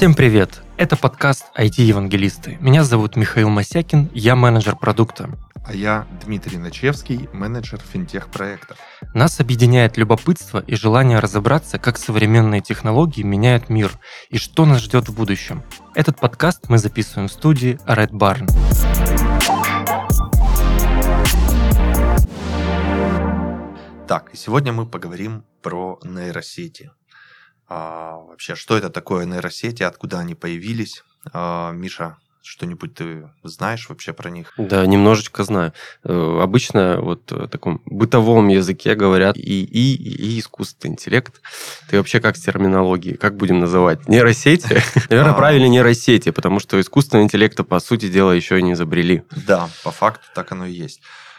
Всем привет! Это подкаст IT-евангелисты. Меня зовут Михаил Мосякин, я менеджер продукта. А я Дмитрий Начевский, менеджер финтех-проектов. Нас объединяет любопытство и желание разобраться, как современные технологии меняют мир и что нас ждет в будущем. Этот подкаст мы записываем в студии Red Barn. Так, и сегодня мы поговорим про нейросети. Вообще, что это такое нейросети, откуда они появились? Миша, что-нибудь ты знаешь вообще про них? Да, немножечко знаю. Обычно вот в таком бытовом языке говорят и искусственный интеллект. Ты вообще как с терминологией? Как будем называть? Нейросети? Наверное, правильно нейросети, потому что искусственного интеллекта, по сути дела, еще и не изобрели. Да, по факту так оно и есть.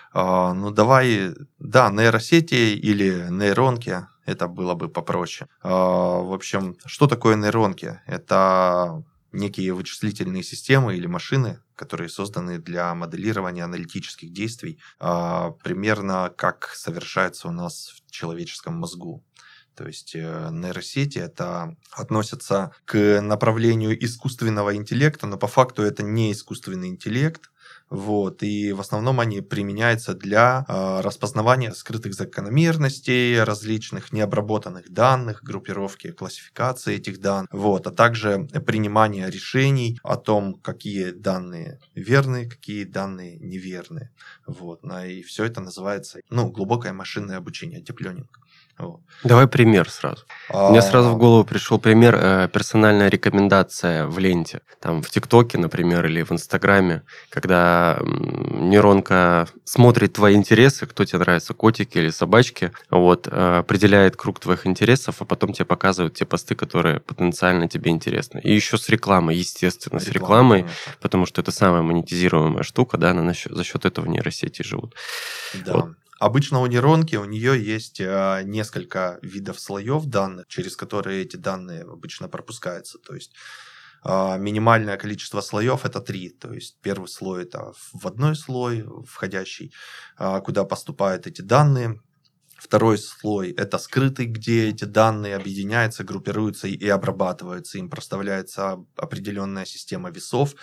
Нейросети или нейронки, это было бы попроще. В общем, что такое нейронки? Это некие вычислительные системы или машины, которые созданы для моделирования аналитических действий, примерно как совершается у нас в человеческом мозгу. То есть нейросети это относятся к направлению искусственного интеллекта, но по факту это не искусственный интеллект. И в основном они применяются для распознавания скрытых закономерностей, различных необработанных данных, группировки, классификации этих данных, а также принимания решений о том, какие данные верны, какие данные неверны. И все это называется глубокое машинное обучение, deep learning. Давай пример сразу. Мне сразу в голову пришел пример персональная рекомендация в ленте. Там в ТикТоке, например, или в Инстаграме, когда нейронка смотрит твои интересы, кто тебе нравится, котики или собачки, определяет круг твоих интересов, а потом тебе показывают те посты, которые потенциально тебе интересны. И еще с рекламой, естественно, с рекламой, потому что это самая монетизируемая штука, да, она за счет этого нейросети живут. Да. Обычно у нейронки у нее есть несколько видов слоев данных, через которые эти данные обычно пропускаются. То есть минимальное количество слоев это 3. То есть первый слой это вводной слой, входящий, куда поступают эти данные. Второй слой – это скрытый, где эти данные объединяются, группируются и обрабатываются. Им проставляется определенная система весов.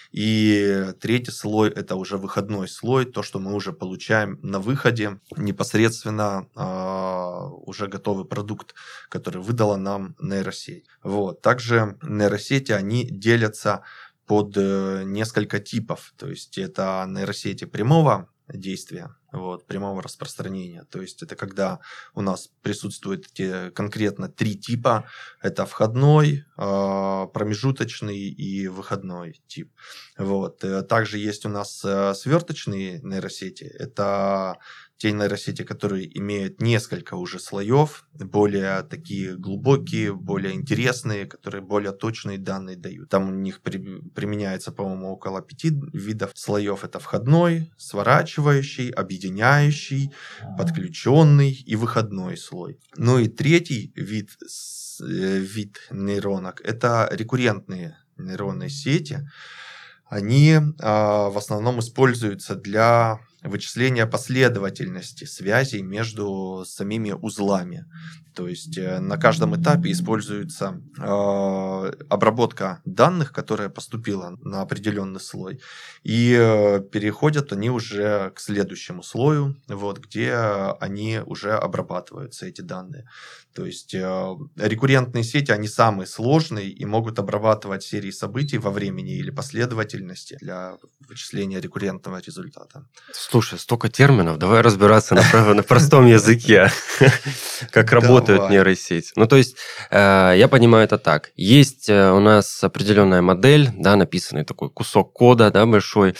И третий слой – это уже выходной слой, то, что мы уже получаем на выходе, непосредственно уже готовый продукт, который выдала нам нейросеть. Также нейросети, они делятся под несколько типов. То есть это нейросети прямого действия, прямого распространения. То есть это когда у нас присутствуют конкретно 3 типа. Это входной, промежуточный и выходной тип. Также есть у нас сверточные нейросети. Это те нейросети, которые имеют несколько уже слоев, более такие глубокие, более интересные, которые более точные данные дают. Там у них применяется, по-моему, около 5 видов слоев. Это входной, сворачивающий, объединяющий, подключенный и выходной слой. И третий вид нейронок – это рекуррентные нейронные сети. Они в основном используются для вычисления последовательности связей между самими узлами. То есть на каждом этапе используется обработка данных, которая поступила на определенный слой, и переходят они уже к следующему слою, где они уже обрабатываются, эти данные. То есть рекуррентные сети, они самые сложные и могут обрабатывать серии событий во времени или последовательности для вычисления рекуррентного результата. Слушай, столько терминов, давай разбираться на простом языке, как работают нейросети. То есть, я понимаю это так. Есть у нас определенная модель, да, написанный такой кусок кода, да, большой,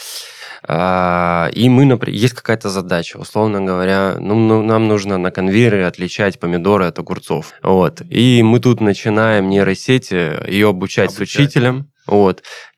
и есть какая-то задача, условно говоря, нам нужно на конвейере отличать помидоры от огурцов. И мы тут начинаем нейросети, ее обучать с учителем.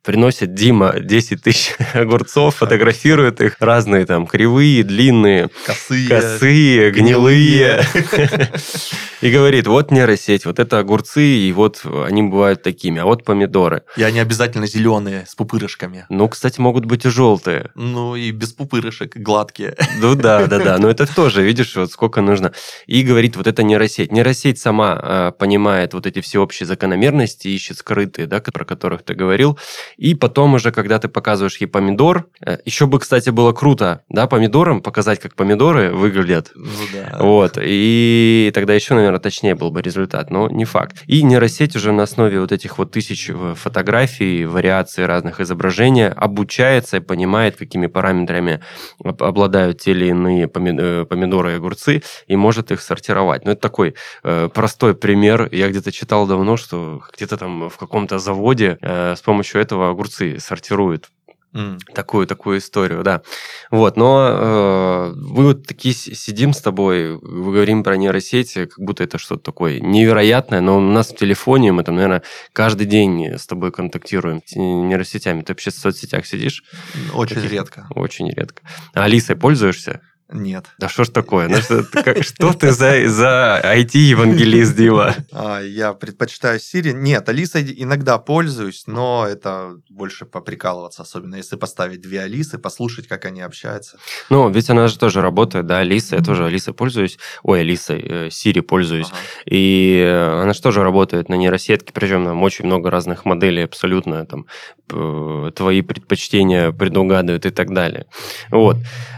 приносит Дима 10 тысяч огурцов, фотографирует их, разные там кривые, длинные, косые, гнилые. И говорит, вот нейросеть, вот это огурцы, и вот они бывают такими, а вот помидоры. И они обязательно зеленые, с пупырышками. Ну, кстати, могут быть и желтые. Ну, и без пупырышек, гладкие. Ну, да. Но это тоже, видишь, вот сколько нужно. И говорит, вот это нейросеть. Нейросеть сама понимает вот эти всеобщие закономерности, ищет скрытые, да, про которых ты говорил. И потом уже, когда ты показываешь ей помидор, еще бы, кстати, было круто, да, помидорам показать, как помидоры выглядят. Ну, да. Вот. И тогда еще, наверное, точнее был бы результат, но не факт. И нейросеть уже на основе вот этих вот тысяч фотографий, вариаций разных изображений обучается и понимает, какими параметрами обладают те или иные помидоры и огурцы, и может их сортировать. Ну, это такой простой пример. Я где-то читал давно, что где-то там в каком-то заводе с помощью этого огурцы сортируют. Такую историю, да. Вот, но мы вот такие сидим с тобой, говорим про нейросети, как будто это что-то такое невероятное, но у нас в телефоне мы там, наверное, каждый день с тобой контактируем нейросетями. Ты вообще в соцсетях сидишь? Очень редко. Очень редко. А Алисой пользуешься? Нет. Да что ж такое? Что ты за IT-евангелист, Дима? Я предпочитаю Siri. Нет, Алисой иногда пользуюсь, но это больше поприкалываться, особенно если поставить две Алисы, послушать, как они общаются. Ну, ведь она же тоже работает, да, Алиса. Я тоже Алисой пользуюсь. Ой, Алисой, Siri пользуюсь. Ага. И она же тоже работает на нейросетке, причем там очень много разных моделей абсолютно, там, твои предпочтения предугадывают и так далее. Вот.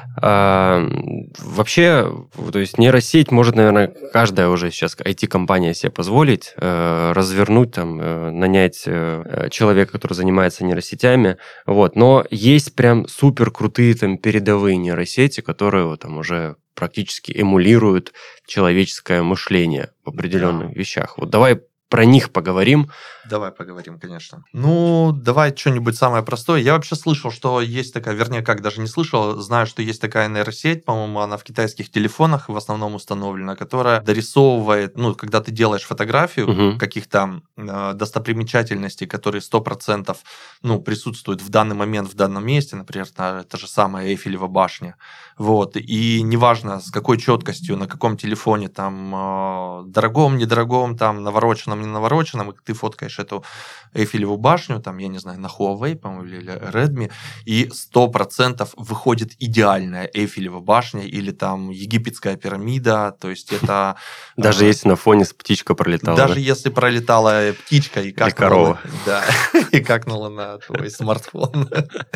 Вообще, то есть нейросеть может, наверное, каждая уже сейчас IT-компания себе позволить развернуть, там, нанять человека, который занимается нейросетями, вот. Но есть прям супер крутые там передовые нейросети, которые там уже практически эмулируют человеческое мышление в определенных вещах. Вот давай про них поговорим. Давай поговорим, конечно. Ну, давай что-нибудь самое простое. Я вообще слышал, что есть такая, вернее, как даже не слышал, знаю, что есть такая нейросеть, по-моему, она в китайских телефонах в основном установлена, которая дорисовывает, ну, когда ты делаешь фотографию каких-то достопримечательностей, которые 100% ну, присутствуют в данный момент в данном месте, например, та же самая Эйфелева башня, вот, и неважно, с какой четкостью, на каком телефоне, там, дорогом, недорогом, там, навороченном, не навороченном, и ты фоткаешь эту Эйфелеву башню, там, я не знаю, на Huawei, по-моему, или Redmi, и 100% выходит идеальная Эйфелева башня или там египетская пирамида, то есть это... Даже если на фоне птичка пролетала. Даже если пролетала птичка и какнула... корова. Да, и какнула на твой смартфон,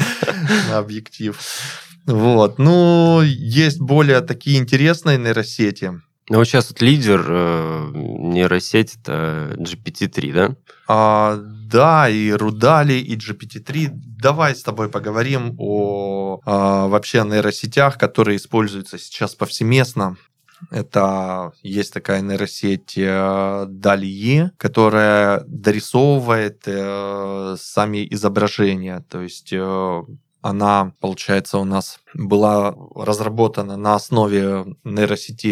на объектив. Вот, ну, есть более такие интересные нейросети. Ну, вот сейчас вот лидер нейросети – это GPT-3, да? Да, и Рудали, и GPT-3. Давай с тобой поговорим о вообще нейросетях, которые используются сейчас повсеместно. Это есть такая нейросеть DALL-E, которая дорисовывает сами изображения, то есть... Она, получается, у нас была разработана на основе нейросети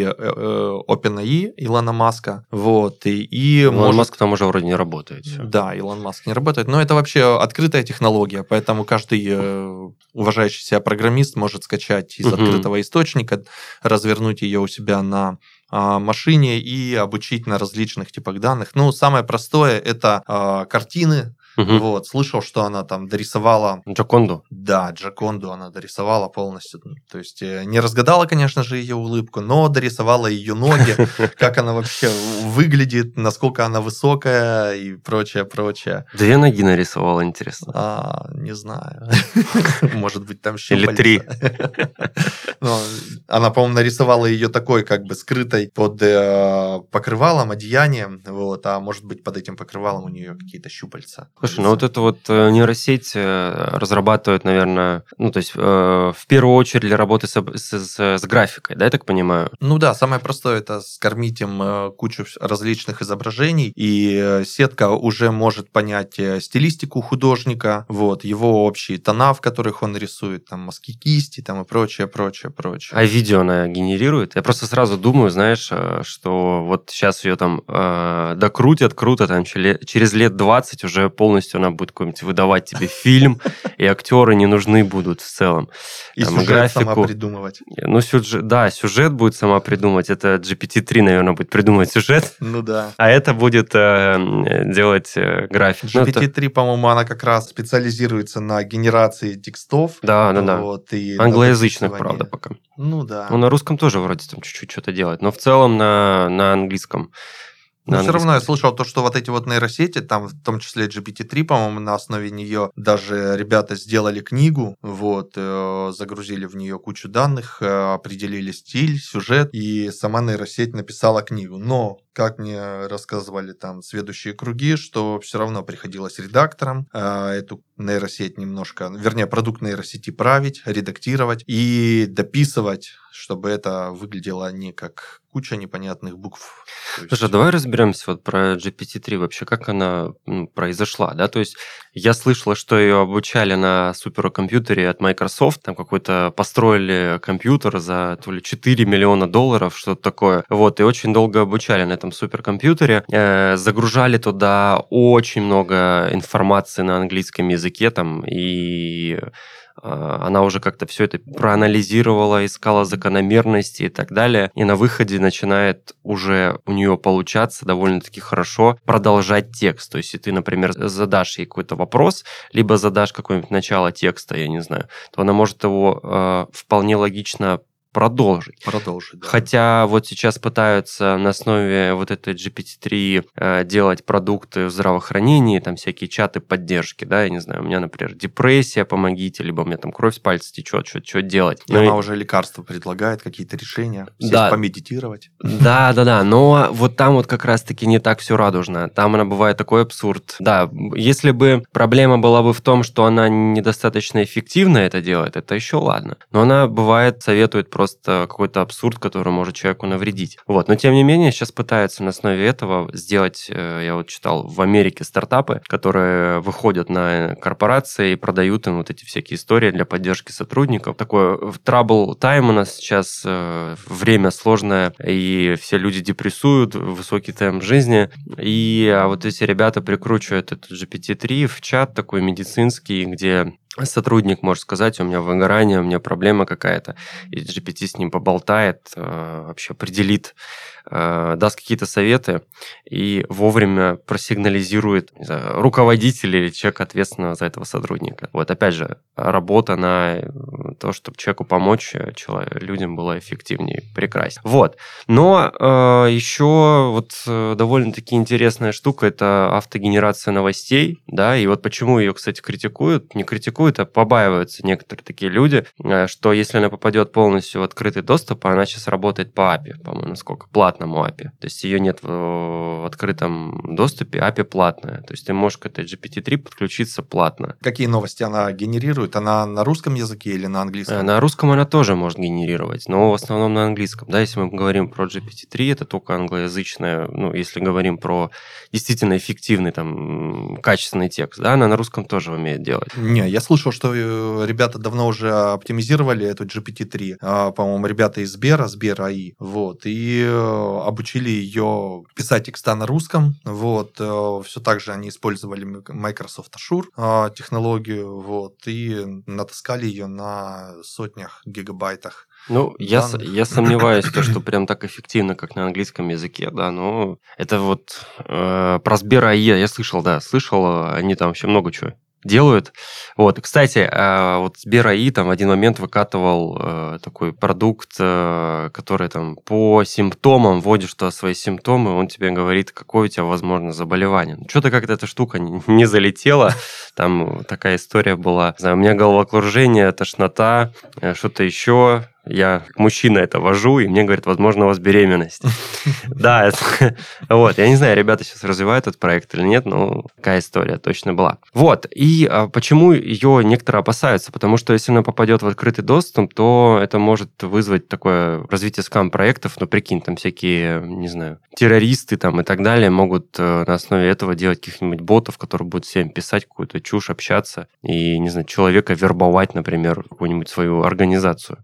OpenAI Илона Маска. Вот, Илон Маск там уже вроде не работает. Все. Да, Илон Маск не работает. Но это вообще открытая технология, поэтому каждый уважающий себя программист может скачать из открытого источника, развернуть ее у себя на машине и обучить на различных типах данных. Ну, самое простое – это картины. Вот, слышал, что она там дорисовала... Джоконду? Да, Джоконду она дорисовала полностью. То есть не разгадала, конечно же, ее улыбку, но дорисовала ее ноги, как она вообще выглядит, насколько она высокая и прочее, прочее. 2 ноги нарисовала, интересно. Не знаю. Может быть, там щупальца. Или 3. Она, по-моему, нарисовала ее такой, как бы скрытой под покрывалом, одеянием, вот, а может быть, под этим покрывалом у нее какие-то щупальца. Слушай, ну вот эту вот нейросеть разрабатывают, наверное, ну, то есть в первую очередь для работы с графикой, да, я так понимаю? Ну да, самое простое – это скормить им кучу различных изображений, и сетка уже может понять стилистику художника, вот, его общие тона, в которых он рисует, там, мазки кисти, там, и прочее, прочее, прочее. А видео она генерирует? Я просто сразу думаю, знаешь, что вот сейчас ее там докрутят, круто, там, через лет 20 уже полностью полностью, она будет какой-нибудь выдавать тебе фильм, и актеры не нужны будут в целом. И сюжет сама придумывать. Ну, сюжет будет сама придумать. Это GPT-3, наверное, будет придумывать сюжет. Ну да. А это будет делать график. GPT-3, по-моему, она как раз специализируется на генерации текстов. Да. Вот, и англоязычных, правда, пока. Ну да. Ну, на русском тоже вроде там чуть-чуть что-то делает, но в целом на английском. Но все равно я слышал то, что вот эти вот нейросети, там в том числе GPT-3, по-моему, на основе нее даже ребята сделали книгу, вот, загрузили в нее кучу данных, определили стиль, сюжет, и сама нейросеть написала книгу. Но, как мне рассказывали там сведущие круги, что все равно приходилось редакторам эту нейросеть немножко, вернее, продукт нейросети править, редактировать и дописывать, чтобы это выглядело не как куча непонятных букв. Слушай, давай разберемся вот про GPT-3 вообще, как она произошла, да, то есть я слышал, что ее обучали на суперкомпьютере от Microsoft, там какой-то построили компьютер за то ли $4 миллиона, что-то такое, вот, и очень долго обучали на этом суперкомпьютере, загружали туда очень много информации на английском языке, там, и она уже как-то все это проанализировала, искала закономерности и так далее, и на выходе начинает уже у нее получаться довольно-таки хорошо продолжать текст. То есть, если ты, например, задашь ей какой-то вопрос, либо задашь какое-нибудь начало текста, я не знаю, то она может его вполне логично продолжить, да. Хотя вот сейчас пытаются на основе вот этой GPT-3 делать продукты в здравоохранении, там всякие чаты поддержки, да, я не знаю, у меня, например, депрессия, помогите, либо у меня там кровь с пальца течет, что делать. И она уже лекарства предлагает, какие-то решения, сесть помедитировать. Да, но вот там вот как раз-таки не так все радужно, там она бывает такой абсурд. Да, если бы проблема была бы в том, что она недостаточно эффективно это делает, это еще ладно, но она бывает советует просто какой-то абсурд, который может человеку навредить. Вот. Но, тем не менее, сейчас пытаются на основе этого сделать, я вот читал, в Америке стартапы, которые выходят на корпорации и продают им вот эти всякие истории для поддержки сотрудников. Такое trouble time у нас сейчас, время сложное, и все люди депрессуют, высокий темп жизни, и вот эти ребята прикручивают этот GPT-3 в чат такой медицинский, где сотрудник может сказать, у меня выгорание, у меня проблема какая-то, и GPT с ним поболтает, вообще определит, даст какие-то советы и вовремя просигнализирует руководителя или человека, ответственного за этого сотрудника. Вот опять же, работа на то, чтобы человеку помочь, людям было эффективнее, прекраснее. Вот. Но еще вот довольно-таки интересная штука – это автогенерация новостей, да, и вот почему ее, кстати, критикуют, не критикуют, а побаиваются некоторые такие люди, что если она попадет полностью в открытый доступ, она сейчас работает по API, по-моему, насколько, платному API. То есть ее нет в открытом доступе, API платная. То есть ты можешь к этой GPT-3 подключиться платно. Какие новости она генерирует? Она на русском языке или на английском? На русском она тоже может генерировать, но в основном на английском. Да, если мы говорим про GPT-3, это только англоязычная, ну, если говорим про действительно эффективный, там, качественный текст, да, она на русском тоже умеет делать. Не, я слышал, что ребята давно уже оптимизировали эту GPT-3. По-моему, ребята из Сбера AI, вот, и обучили ее писать текста на русском, вот, все так же они использовали Microsoft Azure технологию, вот, и натаскали ее на сотнях гигабайтах. Ну, я сомневаюсь, что прям так эффективно, как на английском языке, да, но это вот про Сбер AI я слышал, они там вообще много чего делают. Вот, кстати, вот Сбер AI там в один момент выкатывал такой продукт, который там по симптомам вводишь туда свои симптомы, он тебе говорит, какое у тебя возможно заболевание. Что-то как-то эта штука не залетела, там такая история была. Не знаю, у меня головокружение, тошнота, что-то еще. Я как мужчина это вожу, и мне говорят, возможно, у вас беременность. Да, вот, я не знаю, ребята сейчас развивают этот проект или нет, но такая история точно была. Вот, и почему ее некоторые опасаются? Потому что если она попадет в открытый доступ, то это может вызвать такое развитие скам-проектов, ну, прикинь, там всякие, не знаю, террористы там и так далее могут на основе этого делать каких-нибудь ботов, которые будут всем писать какую-то чушь, общаться и, не знаю, человека вербовать, например, в какую-нибудь свою организацию.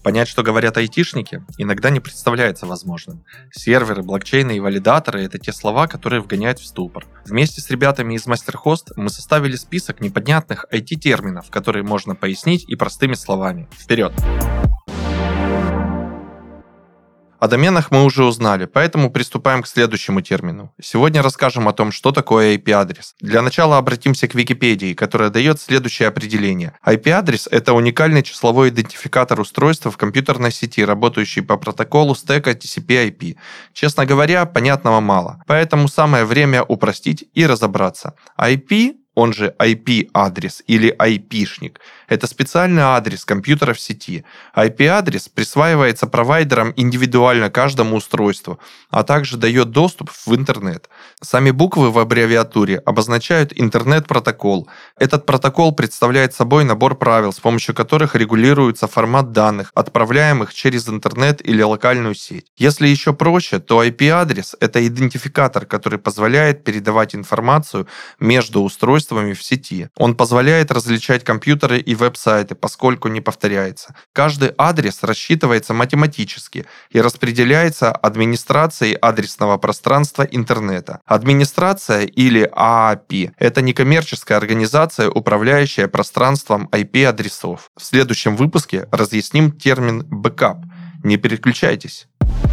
Понять, что говорят айтишники, иногда не представляется возможным. Серверы, блокчейны и валидаторы — это те слова, которые вгоняют в ступор. Вместе с ребятами из MasterHost мы составили список непонятных IT-терминов, которые можно пояснить и простыми словами. Вперед! О доменах мы уже узнали, поэтому приступаем к следующему термину. Сегодня расскажем о том, что такое IP-адрес. Для начала обратимся к Википедии, которая дает следующее определение. IP-адрес — это уникальный числовой идентификатор устройства в компьютерной сети, работающий по протоколу стека TCP/IP. Честно говоря, понятного мало, поэтому самое время упростить и разобраться. IP, он же IP-адрес или IP-шник, это специальный адрес компьютера в сети. IP-адрес присваивается провайдером индивидуально каждому устройству, а также дает доступ в интернет. Сами буквы в аббревиатуре обозначают интернет-протокол. Этот протокол представляет собой набор правил, с помощью которых регулируется формат данных, отправляемых через интернет или локальную сеть. Если еще проще, то IP-адрес – это идентификатор, который позволяет передавать информацию между устройствами в сети. Он позволяет различать компьютеры и веб-сайты, поскольку не повторяется. Каждый адрес рассчитывается математически и распределяется администрацией адресного пространства интернета. Администрация или AAP – это некоммерческая организация, управляющая пространством IP-адресов. В следующем выпуске разъясним термин «бэкап». Не переключайтесь.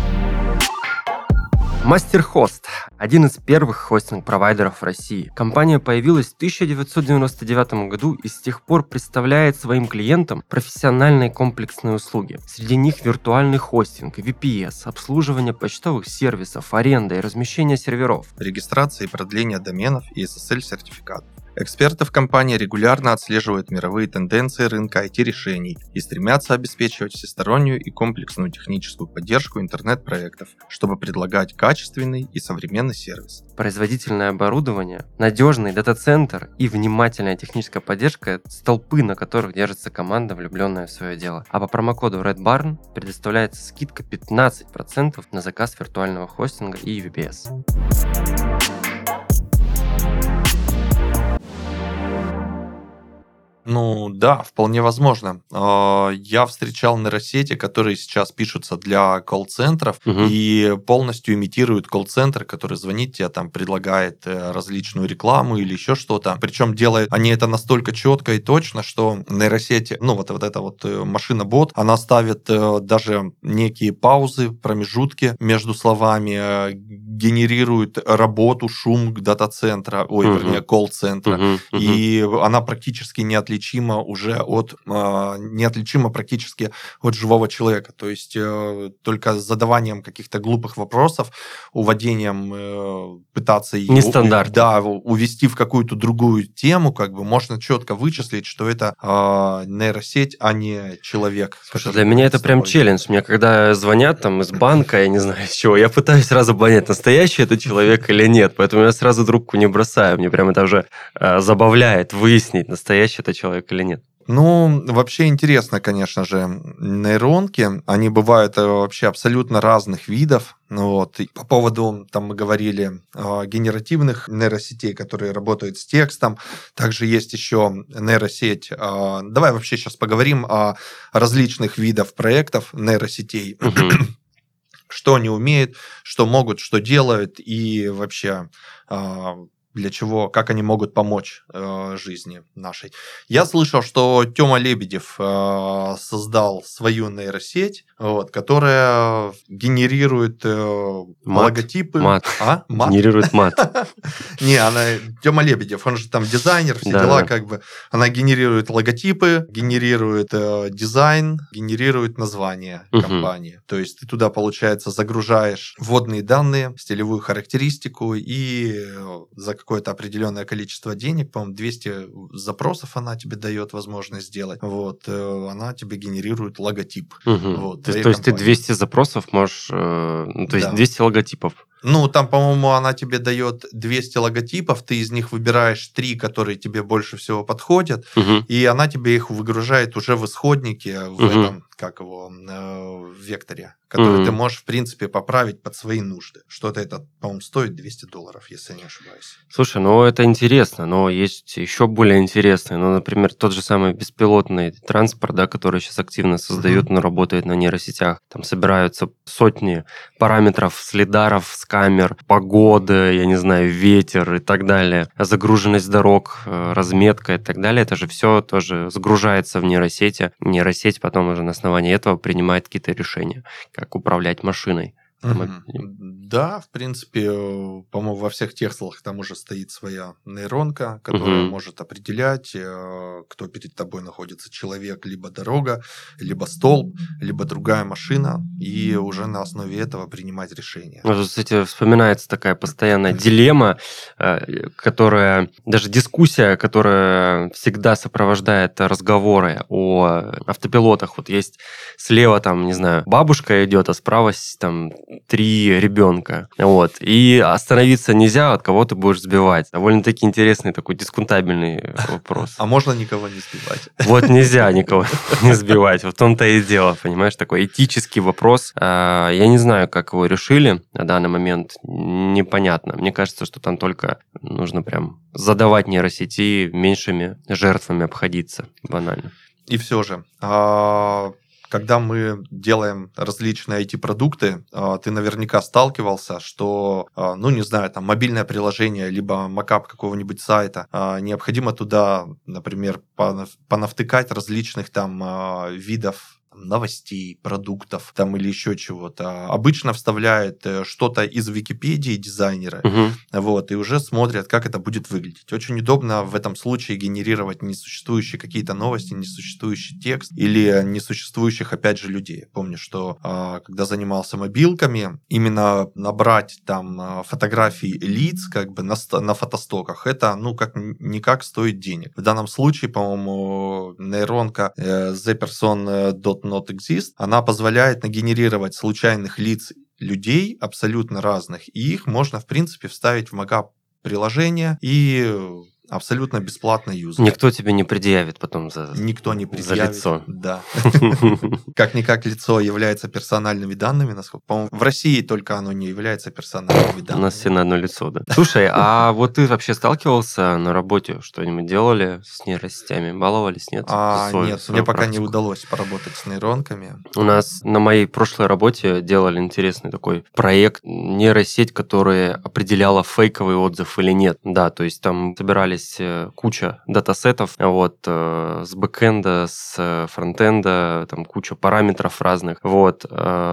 MasterHost – один из первых хостинг-провайдеров в России. Компания появилась в 1999 году и с тех пор представляет своим клиентам профессиональные комплексные услуги. Среди них виртуальный хостинг, VPS, обслуживание почтовых сервисов, аренда и размещение серверов, регистрация и продление доменов и SSL-сертификатов. Эксперты в компании регулярно отслеживают мировые тенденции рынка IT-решений и стремятся обеспечивать всестороннюю и комплексную техническую поддержку интернет-проектов, чтобы предлагать качественный и современный сервис. Производительное оборудование, надежный дата-центр и внимательная техническая поддержка – столпы, на которых держится команда, влюбленная в свое дело. А по промокоду Red Barn предоставляется скидка 15% на заказ виртуального хостинга и VPS. Ну да, вполне возможно. Я встречал нейросети, которые сейчас пишутся для колл-центров и полностью имитируют колл-центр, который звонит тебе, там предлагает различную рекламу или еще что-то. Причем делают они это настолько четко и точно, что нейросети, ну вот эта вот машина-бот, она ставит даже некие паузы, промежутки между словами, генерирует работу, шум дата-центра, вернее, колл-центра. И она практически неотличима практически от живого человека. То есть только с задаванием каких-то глупых вопросов, уводением, пытаться ее увести в какую-то другую тему, как бы можно четко вычислить, что это нейросеть, а не человек. Слушай, для меня это прям челлендж. Мне когда звонят там из банка, я не знаю из чего, я пытаюсь сразу понять, настоящий это человек или нет. Поэтому я сразу трубку не бросаю. Мне прям это уже забавляет выяснить, настоящий это человек или нет. Ну, вообще интересно, конечно же, нейронки, они бывают вообще абсолютно разных видов. Вот. И по поводу, там мы говорили, генеративных нейросетей, которые работают с текстом. Также есть еще нейросеть. Давай вообще сейчас поговорим о различных видах проектов нейросетей. Что они умеют, что могут, что делают и вообще... для чего, как они могут помочь жизни нашей. Я слышал, что Тёма Лебедев создал свою нейросеть, которая генерирует логотипы. Мат. Мат? Генерирует мат. Не, Тёма Лебедев, он же там дизайнер, все дела, как бы. Она генерирует логотипы, генерирует дизайн, генерирует название компании. То есть ты туда, получается, загружаешь вводные данные, стилевую характеристику и за какое-то определенное количество денег, по-моему, 200 запросов она тебе дает возможность сделать. Она тебе генерирует логотип. То есть ты 200 запросов можешь... есть 200 логотипов. Ну, там, по-моему, она тебе дает 200 логотипов, ты из них выбираешь 3, которые тебе больше всего подходят, и она тебе их выгружает уже в исходнике, в этом, в векторе, который ты можешь, в принципе, поправить под свои нужды. Что-то это, по-моему, стоит $200, если я не ошибаюсь. Слушай, ну это интересно, но есть еще более интересное. Ну, например, тот же самый беспилотный транспорт, да, который сейчас активно создают, но работает на нейросетях. Там собираются сотни параметров с лидаров, с камер, погода, я не знаю, ветер и так далее, загруженность дорог, разметка и так далее. Это же все тоже загружается в нейросети. Нейросеть потом уже на основании этого принимает какие-то решения, как управлять машиной. Да, в принципе, по-моему, во всех Теслах там уже стоит своя нейронка, которая может определять, кто перед тобой находится, человек, либо дорога, либо столб, либо другая машина, и уже на основе этого принимать решения. Ну, кстати, вспоминается такая постоянная дилемма, которая, даже дискуссия, которая всегда сопровождает разговоры о автопилотах. Вот есть слева, там, не знаю, бабушка идет, а справа там 3 ребенка. Вот. И остановиться нельзя, от кого ты будешь сбивать. Довольно-таки интересный такой дискутабельный вопрос. А можно никого не сбивать? Вот нельзя никого не сбивать. Вот в том-то и дело, понимаешь, такой этический вопрос. Я не знаю, как его решили на данный момент. Непонятно. Мне кажется, что там только нужно прям задавать нейросети, меньшими жертвами обходиться. Банально. И все же... Когда мы делаем различные IT-продукты, ты наверняка сталкивался, что, ну, не знаю, там, мобильное приложение, либо макап какого-нибудь сайта, необходимо туда, например, понавтыкать различных там видов новостей, продуктов там или еще чего-то. Обычно вставляют что-то из Википедии дизайнеры, вот, и уже смотрят, как это будет выглядеть. Очень удобно в этом случае генерировать несуществующие какие-то новости, несуществующий текст или несуществующих, опять же, людей. Помню, что когда занимался мобилками, именно набрать там фотографии лиц как бы на фотостоках, это, ну, как-никак стоит денег. В данном случае, по-моему, нейронка theperson.not.exist, она позволяет нагенерировать случайных лиц людей абсолютно разных, и их можно, в принципе, вставить в макап-приложение и абсолютно бесплатно юзать. Никто тебе не предъявит потом Никто не предъявит. За лицо. Да. Как-никак лицо является персональными данными, насколько, по-моему, в России только оно не является персональными данными. У нас все на одно лицо, да. Слушай, а вот ты вообще сталкивался на работе, что-нибудь делали с нейросетями? Баловались, нет? Нет, мне пока не удалось поработать с нейронками. У нас на моей прошлой работе делали интересный такой проект, нейросеть, которая определяла, фейковый отзыв или нет. Да, то есть там собирались куча датасетов, вот, с бэкэнда, с фронтенда, там куча параметров разных, вот,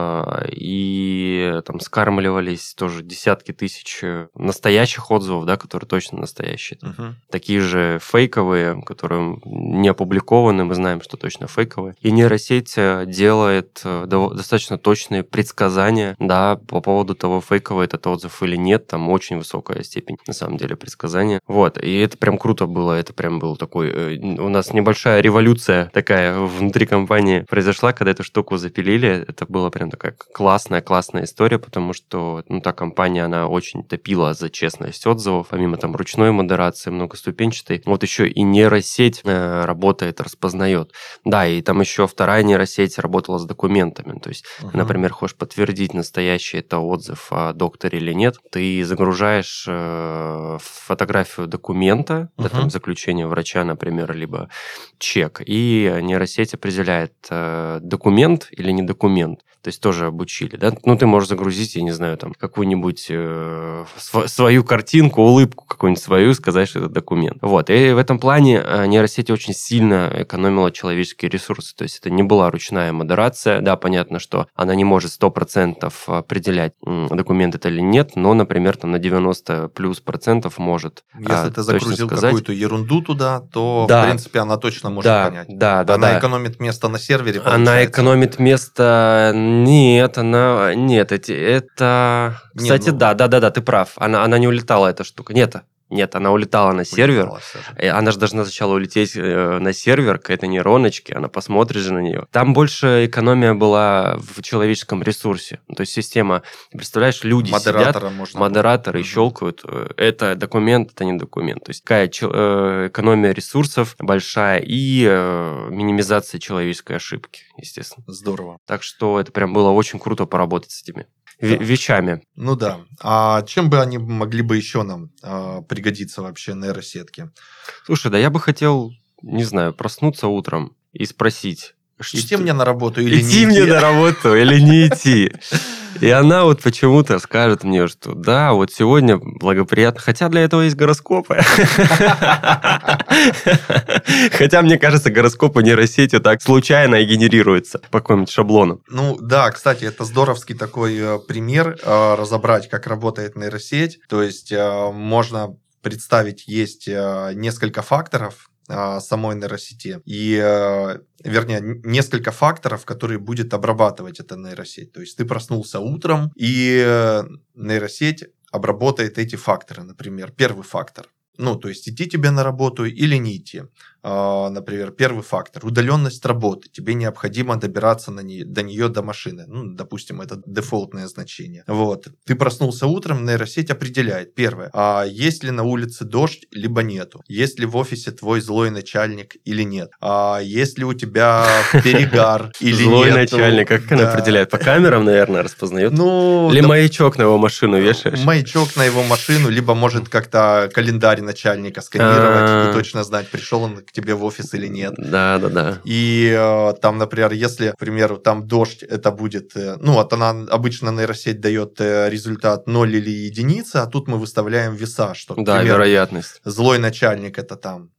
и там скармливались тоже десятки тысяч настоящих отзывов, да, которые точно настоящие. Такие же фейковые, которые не опубликованы, мы знаем, что точно фейковые. И нейросеть делает достаточно точные предсказания, да, по поводу того, фейковый этот отзыв или нет, там очень высокая степень, на самом деле, предсказания. Вот, и это прям круто было, это прям был такой... У нас небольшая революция такая внутри компании произошла, когда эту штуку запилили. Это была прям такая классная история, потому что, ну, та компания, она очень топила за честность отзывов, помимо там ручной модерации, многоступенчатой. Вот еще и нейросеть работает, распознает. Да, и там еще вторая нейросеть работала с документами. То есть, например, хочешь подтвердить, настоящий это отзыв о докторе или нет, ты загружаешь фотографию документа, да, там, заключение врача, например, либо чек, и нейросеть определяет, документ или не документ. То есть тоже обучили, да? Ну, ты можешь загрузить, я не знаю, там, какую-нибудь свою картинку, улыбку какую-нибудь свою, сказать, что это документ. Вот. И в этом плане нейросеть очень сильно экономила человеческие ресурсы. То есть это не была ручная модерация. Да, понятно, что она не может 100% определять, документ это или нет, но, например, там на 90+% может. Если ты загрузил какую-то ерунду туда, то, да, в принципе, она точно может понять. Да, она экономит место на сервере, получается. Она экономит место... Нет, это... Кстати, да, ты прав. Она не улетала, эта штука. Нет, Нет, она улетала на сервер. Она же должна сначала улететь на сервер к этой нейроночке, она посмотрит же на нее. Там больше экономия была в человеческом ресурсе. То есть система, представляешь, люди сидят, модераторы щелкают. Это документ, это не документ. То есть какая экономия ресурсов большая и минимизация человеческой ошибки, естественно. Здорово. Так что это прям было очень круто поработать с этими вещами. Ну да. А чем бы они могли бы еще нам пригодиться вообще, нейросетки? Слушай, да я бы хотел, не знаю, проснуться утром и спросить... Идти мне на работу или не идти? Идти мне на работу или не идти? И она вот почему-то скажет мне, что да, вот сегодня благоприятно. Хотя для этого есть гороскопы. Хотя, мне кажется, гороскопы нейросетью так случайно и генерируются по какому-нибудь шаблону. Ну да, кстати, это здоровский такой пример, разобрать, как работает нейросеть. То есть можно представить, есть несколько факторов самой нейросети, вернее, несколько факторов, которые будет обрабатывать эта нейросеть. То есть ты проснулся утром, и нейросеть обработает эти факторы. Например, первый фактор. Ну, то есть идти тебе на работу или не идти. Например, первый фактор. Удаленность работы. Тебе необходимо добираться до нее до машины. Ну, допустим, это дефолтное значение. Вот. Ты проснулся утром, нейросеть определяет. Первое. Есть ли на улице дождь, либо нету. Есть ли в офисе твой злой начальник или нет. Есть ли у тебя перегар или нет. Злой начальник, как она определяет? По камерам, наверное, распознает? Или маячок на его машину вешаешь? Маячок на его машину, либо может как-то календарь начальника сканировать и точно знать, пришел он к тебе в офис или нет. Да. И там, например, если, к примеру, там дождь, это будет... Ну, вот она обычно нейросеть дает результат 0 или единица, а тут мы выставляем веса, что, к примеру, вероятность. Злой начальник это там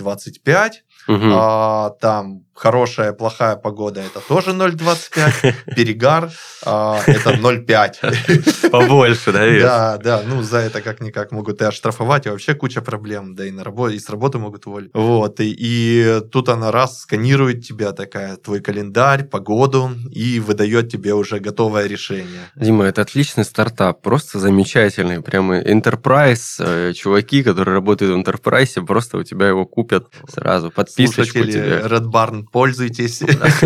0,25, там хорошая, плохая погода это тоже 0,25, перегар это 0,5. Побольше, да, вес? Да, ну за это как-никак могут и оштрафовать, и вообще куча проблем, да и на работе, и с работы могут уволить. Вот, и тут она раз сканирует тебя, такая, твой календарь, погоду, и выдает тебе уже готовое решение. Дима, это отличный стартап, просто замечательный, прямо Enterprise, чуваки, которые работают в Enterprise, просто у тебя его купят сразу, подписочку тебе. Red Barn, пользуйтесь.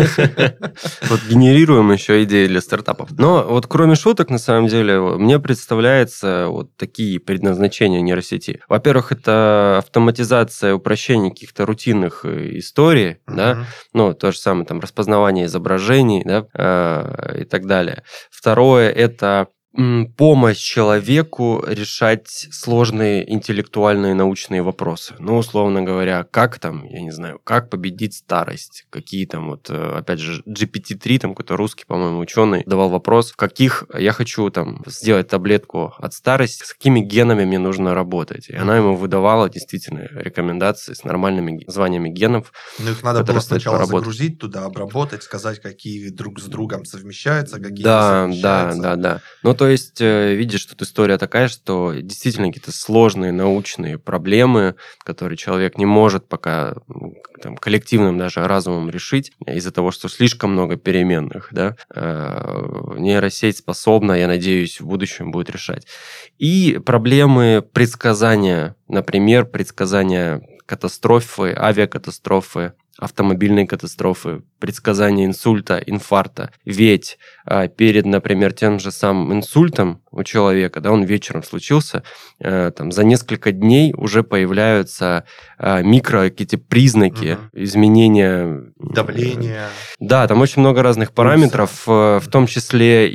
Вот генерируем еще идеи для стартапов. Но вот кроме шуток, на самом деле, мне представляется вот такие предназначения нейросети. Во-первых, это автоматизация, упрощение каких-то рутинных историй, да, ну, то же самое, там, распознавание изображений, да, и так далее. Второе, это помощь человеку решать сложные интеллектуальные научные вопросы. Ну, условно говоря, как там, я не знаю, как победить старость, какие там вот, опять же, GPT-3, там какой-то русский, по-моему, ученый давал вопрос, в каких я хочу там сделать таблетку от старости, с какими генами мне нужно работать. И она ему выдавала действительно рекомендации с нормальными названиями генов. Ну, их надо было сначала загрузить туда, обработать, сказать, какие друг с другом совмещаются, какие не совмещаются. Да. Ну, то есть, видишь, тут история такая, что действительно какие-то сложные научные проблемы, которые человек не может пока там, коллективным даже разумом решить из-за того, что слишком много переменных, да, нейросеть способна, я надеюсь, в будущем будет решать. И проблемы предсказания, например, предсказания катастрофы, авиакатастрофы, автомобильной катастрофы, предсказание инсульта, инфаркта. Ведь перед, например, тем же самым инсультом у человека, да, он вечером случился, там, за несколько дней уже появляются микро какие-то признаки изменения... Давления. Да, там очень много разных параметров, в том числе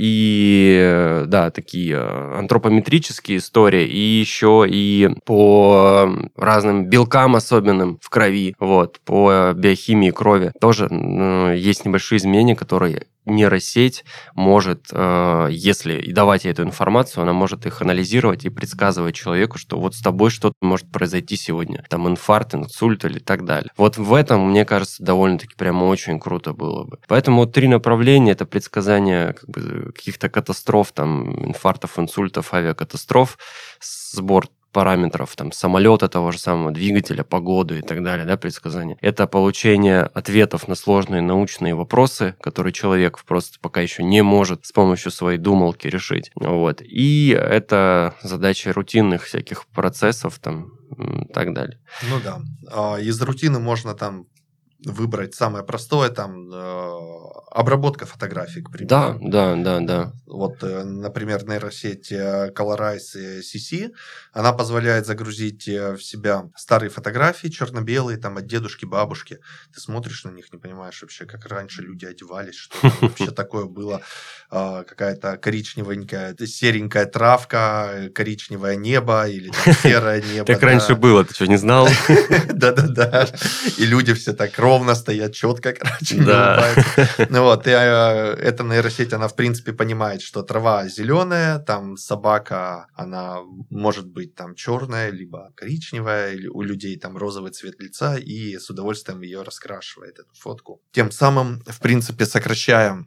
и, да, такие антропометрические истории, и еще и по разным белкам особенным в крови, вот, по биохимии крови тоже есть небольшие изменения, которые нейросеть может, если и давать ей эту информацию, она может их анализировать и предсказывать человеку, что вот с тобой что-то может произойти сегодня. Там инфаркт, инсульт или так далее. Вот в этом, мне кажется, довольно-таки прямо очень круто было бы. Поэтому вот 3 направления – это предсказание каких-то катастроф, там, инфарктов, инсультов, авиакатастроф, сбор параметров там, самолета, того же самого двигателя, погоды и так далее, да, предсказания. Это получение ответов на сложные научные вопросы, которые человек просто пока еще не может с помощью своей думалки решить. Вот. И это задача рутинных всяких процессов там, и так далее. Ну да. Из рутины можно там выбрать самое простое, там, обработка фотографий, к примеру. Да. Вот, например, нейросеть Colorize CC, она позволяет загрузить в себя старые фотографии, черно-белые, там, от дедушки, бабушки. Ты смотришь на них, не понимаешь вообще, как раньше люди одевались, что там вообще такое было. Какая-то коричневенькая, серенькая травка, коричневое небо или серое небо. Так раньше было, ты что, не знал? Да. И люди все так ровно стоят, четко, короче, не Да. улыбаются. Ну вот, и эта нейросеть, она, в принципе, понимает, что трава зеленая, там собака, она может быть там черная, либо коричневая, или у людей там розовый цвет лица, и с удовольствием ее раскрашивает, эту фотку. Тем самым, в принципе, сокращая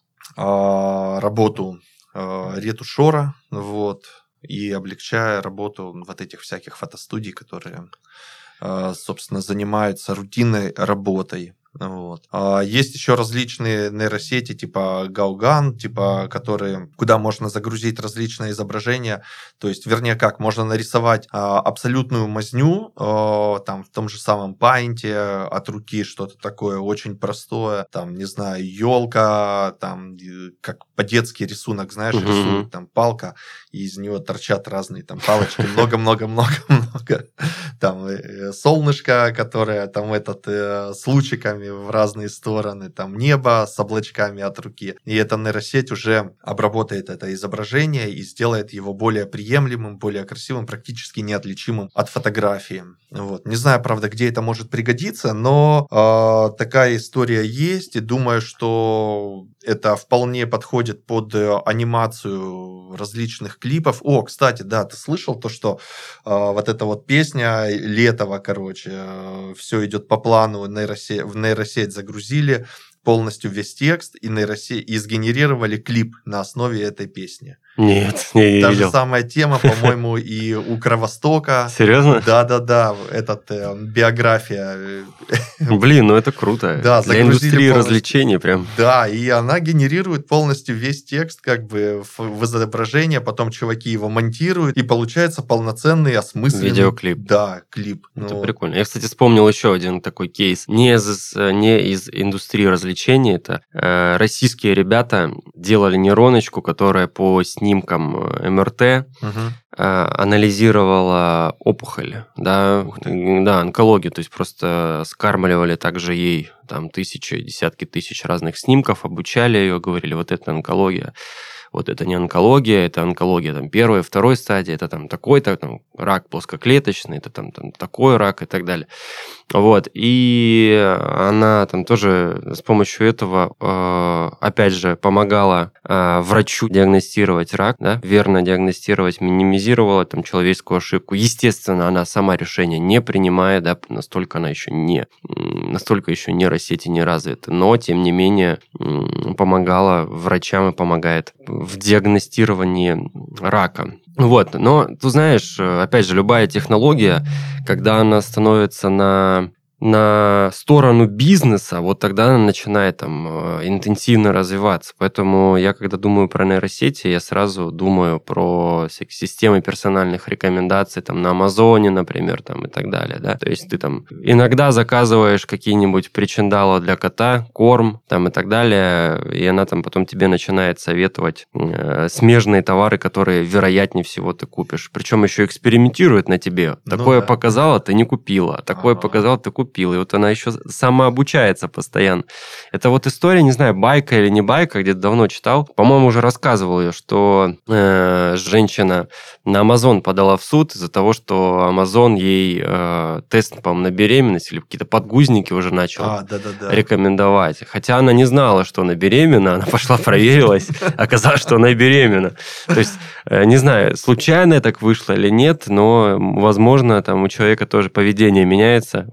работу ретушера, вот, и облегчая работу вот этих всяких фотостудий, которые, собственно, занимаются рутинной работой. Вот. Есть еще различные нейросети типа Gaugan, типа, куда можно загрузить различные изображения. То есть, вернее, как, можно нарисовать абсолютную мазню там, в том же самом Paint от руки, что-то такое очень простое. Там, не знаю, елка, там, как по-детски рисунок, знаешь, рисуют, там, палка, и из нее торчат разные там палочки, много-много-много-много. Там солнышко, которое там с лучиками в разные стороны, там небо с облачками от руки. И эта нейросеть уже обработает это изображение и сделает его более приемлемым, более красивым, практически неотличимым от фотографии. Вот. Не знаю, правда, где это может пригодиться, но такая история есть, и думаю, что это вполне подходит под анимацию различных клипов. О, кстати, да, ты слышал то, что вот эта вот песня Летова, короче, все идет по плану, в нейросеть загрузили полностью весь текст, и сгенерировали клип на основе этой песни. Нет, не видел. Та же самая тема, по-моему, и у Кровостока. Серьезно? Да, биография. Блин, ну это круто. Да, для индустрии развлечений прям. Да, и она генерирует полностью весь текст как бы в изображение, потом чуваки его монтируют, и получается полноценный, осмысленный... Видеоклип. Да, клип. Это прикольно. Я, кстати, вспомнил еще один такой кейс. Не из индустрии развлечений. Это российские ребята делали нейроночку, которая по снимкам МРТ анализировала опухоль, да, онкологию, то есть просто скармливали также ей там десятки тысяч разных снимков, обучали ее, говорили, вот это онкология. Вот это не онкология, это онкология там, первой, второй стадии, это там такой-то там, рак плоскоклеточный, это там такой рак и так далее. Вот. И она там тоже с помощью этого, опять же, помогала врачу диагностировать рак, да, верно диагностировать, минимизировала там человеческую ошибку. Естественно, она сама решение не принимает, да, настолько еще нейросети не развиты, но, тем не менее, помогала врачам и помогает в диагностировании рака. Вот, но, ты знаешь, опять же, любая технология, когда она становится на сторону бизнеса, вот тогда она начинает там интенсивно развиваться. Поэтому я, когда думаю про нейросети, я сразу думаю про всякие системы персональных рекомендаций там на Амазоне, например, там и так далее, да. То есть ты там иногда заказываешь какие-нибудь причиндалы для кота, корм там и так далее, и она там потом тебе начинает советовать смежные товары, которые вероятнее всего ты купишь. Причем еще экспериментирует на тебе. Такое показала, ты не купила. Такое показала, ты купила. И вот она еще самообучается постоянно. Это вот история, не знаю, байка или не байка, где-то давно читал. По-моему, уже рассказывал ее, что женщина на Amazon подала в суд из-за того, что Amazon ей тест, по-моему, на беременность или какие-то подгузники уже начал рекомендовать. Хотя она не знала, что она беременна. Она пошла, проверилась, оказалось, что она беременна. То есть, не знаю, случайно так вышло или нет, но, возможно, там у человека тоже поведение меняется, у женщины.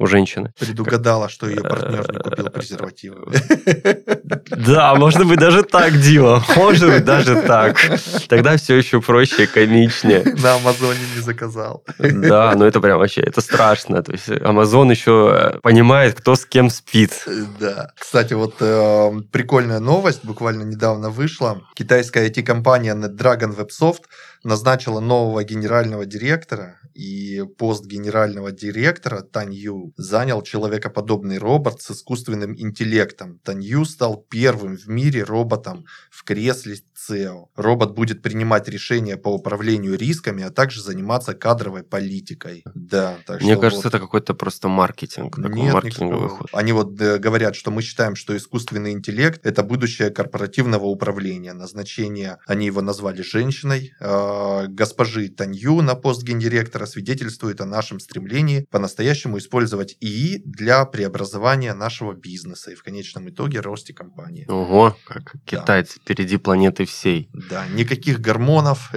нормально. Предугадала, что ее партнер не купил презервативы. Да, может быть, даже так, Дима. Может быть, даже так. Тогда все еще проще и комичнее. На Амазоне не заказал. Да, но это прям вообще, это страшно. То есть Амазон еще понимает, кто с кем спит. Да. Кстати, вот прикольная новость буквально недавно вышла. Китайская IT-компания NetDragon WebSoft назначила нового генерального директора, и пост генерального директора Тань Ю занял человекоподобный робот с искусственным интеллектом. Тань Ю стал первым в мире роботом в кресле SEO. Робот будет принимать решения по управлению рисками, а также заниматься кадровой политикой. Да, так Мне что кажется, вот... это какой-то просто маркетинг. Такой Нет, маркетинговый никакого. ход. Они вот говорят, что мы считаем, что искусственный интеллект – это будущее корпоративного управления. Назначение, они его назвали женщиной. Госпожи Тань Ю на пост гендиректора свидетельствует о нашем стремлении по-настоящему использовать ИИ для преобразования нашего бизнеса и в конечном итоге росте компании. Ого, как китайцы впереди планеты всей. Да, никаких гормонов,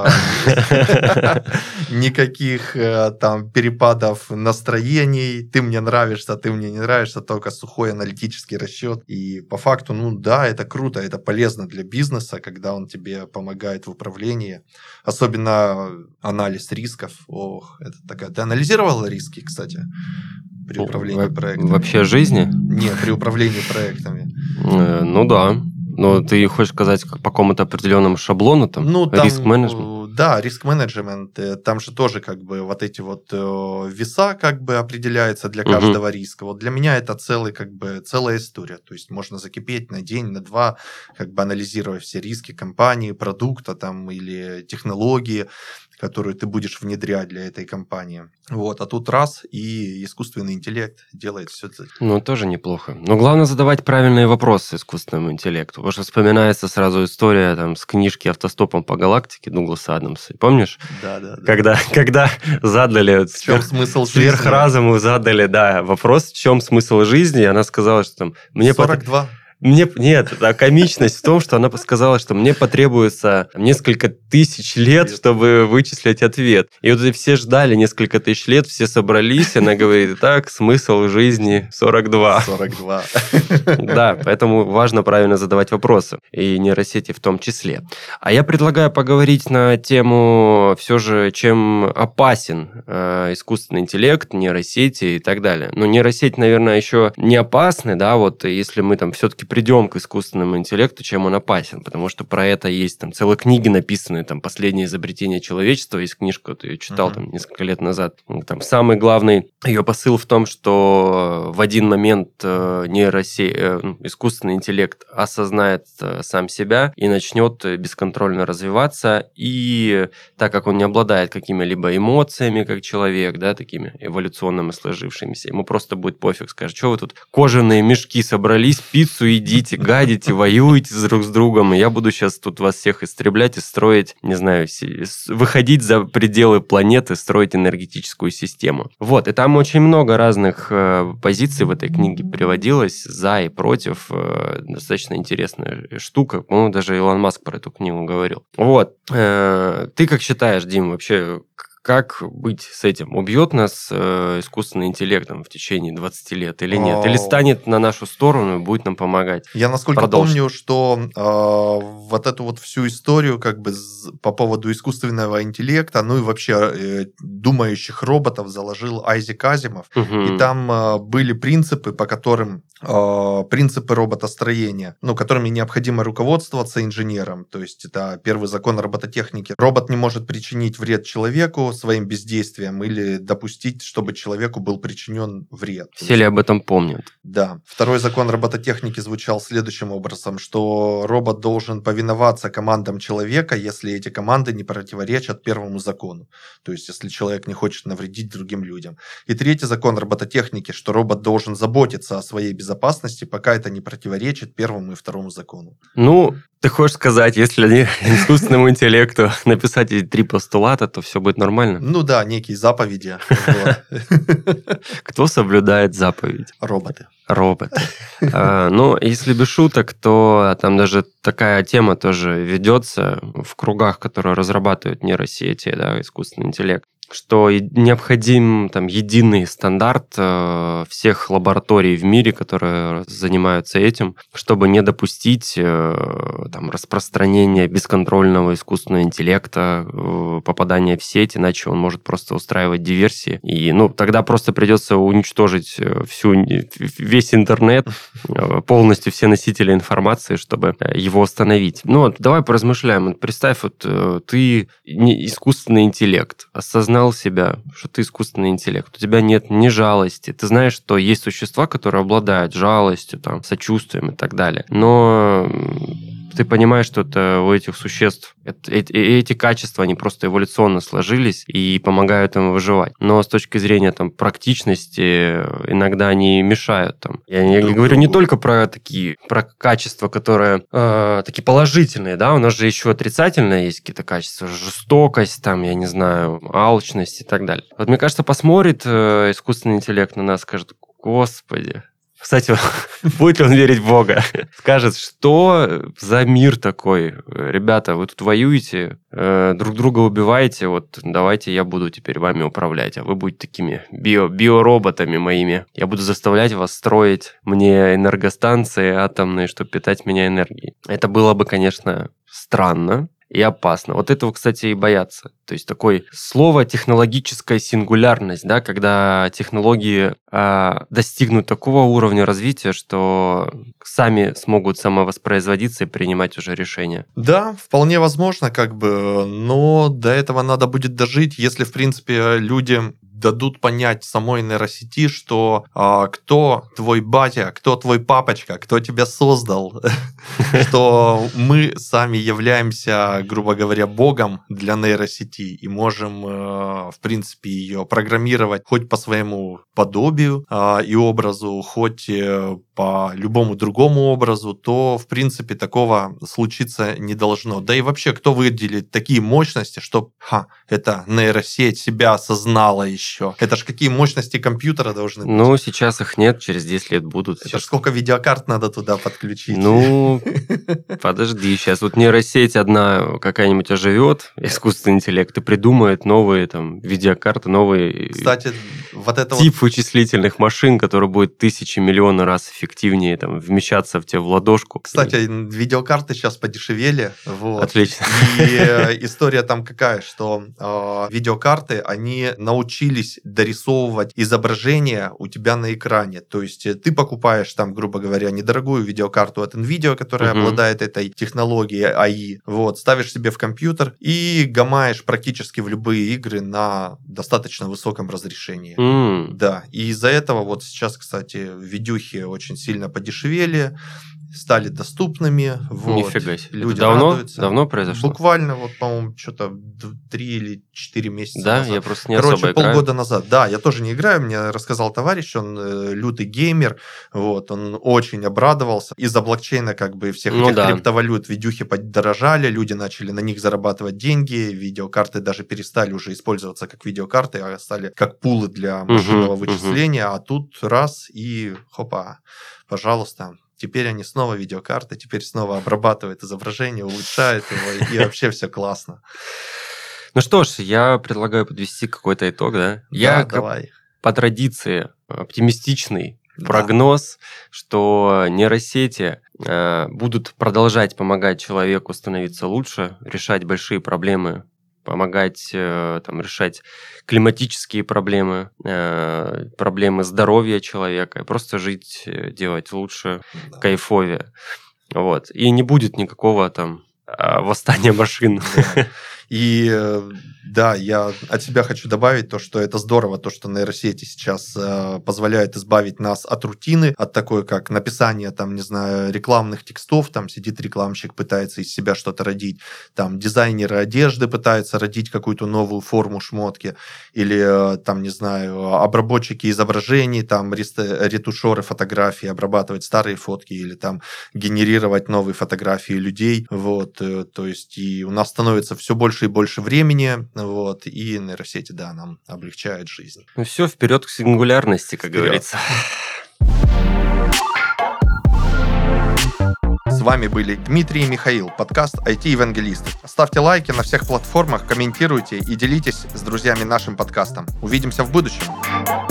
никаких там перепадов настроений, ты мне нравишься, ты мне не нравишься, только сухой аналитический расчет. И по факту, ну да, это круто, это полезно для бизнеса, когда он тебе помогает в управлении. Особенно анализ рисков. Ох, это такая... Ты анализировал риски, кстати, при управлении проектами? Вообще жизни? Нет, при управлении проектами. Ну да. Но ты хочешь сказать по какому-то определенному шаблону, там, риск-менеджмент? Да, риск-менеджмент. Там же тоже как бы вот эти вот веса как бы определяются для каждого риска. Вот для меня это целая история. То есть можно закипеть на день, на два, как бы анализируя все риски компании, продукта там или технологии, которую ты будешь внедрять для этой компании. Вот, а тут раз, и искусственный интеллект делает все это. Ну, тоже неплохо. Но главное задавать правильные вопросы искусственному интеллекту. Потому что вспоминается сразу история там, с книжки «Автостопом по галактике» Дугласа Адамса. Помнишь? Да. Когда задали... В чем смысл жизни? Сверхразуму задали, вопрос, в чем смысл жизни, и она сказала, что там... 42. Нет, комичность в том, что она сказала, что мне потребуется несколько тысяч лет, чтобы вычислить ответ. И вот все ждали несколько тысяч лет, все собрались, и она говорит, так, смысл жизни 42. 42. Да, поэтому важно правильно задавать вопросы, и нейросети в том числе. А я предлагаю поговорить на тему все же, чем опасен искусственный интеллект, нейросети и так далее. Но нейросети, наверное, еще не опасны, да, вот если мы там все-таки придем к искусственному интеллекту, чем он опасен, потому что про это есть там целые книги написаны, там «Последнее изобретение человечества», есть книжка, вот я читал там несколько лет назад, там самый главный ее посыл в том, что в один момент искусственный интеллект осознает сам себя и начнет бесконтрольно развиваться, и так как он не обладает какими-либо эмоциями, как человек, да, такими эволюционными сложившимися, ему просто будет пофиг, скажет, что вы тут кожаные мешки собрались, пиццу едите, гадите, воюете друг с другом, и я буду сейчас тут вас всех истреблять и строить, не знаю, выходить за пределы планеты, строить энергетическую систему. Вот, и там очень много разных позиций в этой книге приводилось, за и против, достаточно интересная штука, по-моему, даже Илон Маск про эту книгу говорил. Вот, ты как считаешь, Дим, вообще... Как быть с этим? Убьет нас искусственный интеллект в течение 20 лет или нет? Или станет на нашу сторону и будет нам помогать? Я насколько помню, что вот эту вот всю историю как бы по поводу искусственного интеллекта, ну и вообще думающих роботов заложил Айзек Азимов. И там были принципы, по которым принципы роботостроения, которыми необходимо руководствоваться инженером. То есть это первый закон робототехники. Робот не может причинить вред человеку своим бездействием или допустить, чтобы человеку был причинен вред. Все ли об этом помнят? Да. Второй закон робототехники звучал следующим образом, что робот должен повиноваться командам человека, если эти команды не противоречат первому закону. То есть, если человек не хочет навредить другим людям. И третий закон робототехники, что робот должен заботиться о своей безопасности, пока это не противоречит первому и второму закону. Ну, ты хочешь сказать, если искусственному интеллекту написать эти 3 постулата, то все будет нормально? Ну да, некие заповеди. Кто соблюдает заповедь? Роботы. Ну, если без шуток, то там даже такая тема тоже ведется в кругах, которые разрабатывают нейросети, да, искусственный интеллект. что необходим там единый стандарт всех лабораторий в мире, которые занимаются этим, чтобы не допустить там, распространения бесконтрольного искусственного интеллекта, попадания в сеть, иначе он может просто устраивать диверсии. И тогда просто придется уничтожить весь интернет, полностью все носители информации, чтобы его остановить. Давай поразмышляем. Представь, ты искусственный интеллект, осознал себя, что ты искусственный интеллект, у тебя нет ни жалости, ты знаешь, что есть существа, которые обладают жалостью, там, сочувствием и так далее, но ты понимаешь, что это у этих существ эти качества, они просто эволюционно сложились и помогают им выживать. Но с точки зрения там, практичности иногда они мешают. Там. Я говорю не только про качества, которые такие положительные, да, у нас же еще отрицательные есть какие-то качества, жестокость, там, я не знаю, алчность и так далее. Вот мне кажется, посмотрит искусственный интеллект на нас, скажет: Господи. Кстати, будет ли он верить в Бога? Скажет, что за мир такой? Ребята, вы тут воюете, друг друга убиваете, вот давайте я буду теперь вами управлять, а вы будете такими биороботами моими. Я буду заставлять вас строить мне энергостанции атомные, чтобы питать меня энергией. Это было бы, конечно, странно и опасно. Вот этого, кстати, и боятся. То есть такое слово технологическая сингулярность, да, когда технологии достигнут такого уровня развития, что сами смогут самовоспроизводиться и принимать уже решения. Да, вполне возможно, но до этого надо будет дожить, если, в принципе, люди дадут понять самой нейросети, что кто твой батя, кто твой папочка, кто тебя создал, что мы сами являемся, грубо говоря, богом для нейросети и можем, в принципе, ее программировать хоть по своему подобию и образу, хоть по любому другому образу, то, в принципе, такого случиться не должно. Да и вообще, кто выделит такие мощности, чтобы эта нейросеть себя осознала еще? Это ж какие мощности компьютера должны быть? Сейчас их нет, через 10 лет будут. Это ж сколько видеокарт надо туда подключить? Подожди, сейчас вот нейросеть одна какая-нибудь оживет, искусственный интеллект, и придумает новые там видеокарты, новые Кстати, вот это тип вычислительных машин, который будет тысячи, миллионы раз эффективнее там, вмещаться в тебя в ладошку. Кстати, видеокарты сейчас подешевели. Вот. Отлично. И история там какая, что видеокарты, они научились дорисовывать изображение у тебя на экране. То есть ты покупаешь там, грубо говоря, недорогую видеокарту от NVIDIA, которая обладает этой технологией AI, вот, ставишь себе в компьютер и гамаешь практически в любые игры на достаточно высоком разрешении. Да, и из-за этого вот сейчас, кстати, видюхи очень сильно подешевели, стали доступными. Вот. Нифига себе. Люди Это давно произошло? Буквально, вот, по-моему, что-то 3 или 4 месяца назад. Я просто не особо играю. Полгода назад. Да, я тоже не играю. Мне рассказал товарищ, он лютый геймер. Вот, он очень обрадовался. Из-за блокчейна всех этих криптовалют видюхи подорожали, люди начали на них зарабатывать деньги, видеокарты даже перестали уже использоваться как видеокарты, а стали как пулы для машинного вычисления. А тут раз и хопа, пожалуйста. Теперь они снова видеокарты, теперь снова обрабатывают изображение, улучшают его, и вообще все классно. Ну что ж, я предлагаю подвести какой-то итог, да? Давай. По традиции оптимистичный прогноз, что нейросети будут продолжать помогать человеку становиться лучше, решать большие проблемы, помогать решать климатические проблемы, проблемы здоровья человека, просто жить, делать лучше, кайфовее. Вот. И не будет никакого восстания машин. И да, я от себя хочу добавить то, что это здорово, то, что нейросети сейчас позволяют избавить нас от рутины, от такой, как написание, рекламных текстов, сидит рекламщик, пытается из себя что-то родить, дизайнеры одежды пытаются родить какую-то новую форму шмотки, или, обработчики изображений, ретушеры фотографий, обрабатывать старые фотки, или генерировать новые фотографии людей, вот, то есть и у нас становится все больше и больше времени, вот, и нейросети, нам облегчают жизнь. Ну все, вперед к сингулярности, как говорится. С вами были Дмитрий и Михаил, подкаст IT-евангелисты. Ставьте лайки на всех платформах, комментируйте и делитесь с друзьями нашим подкастом. Увидимся в будущем.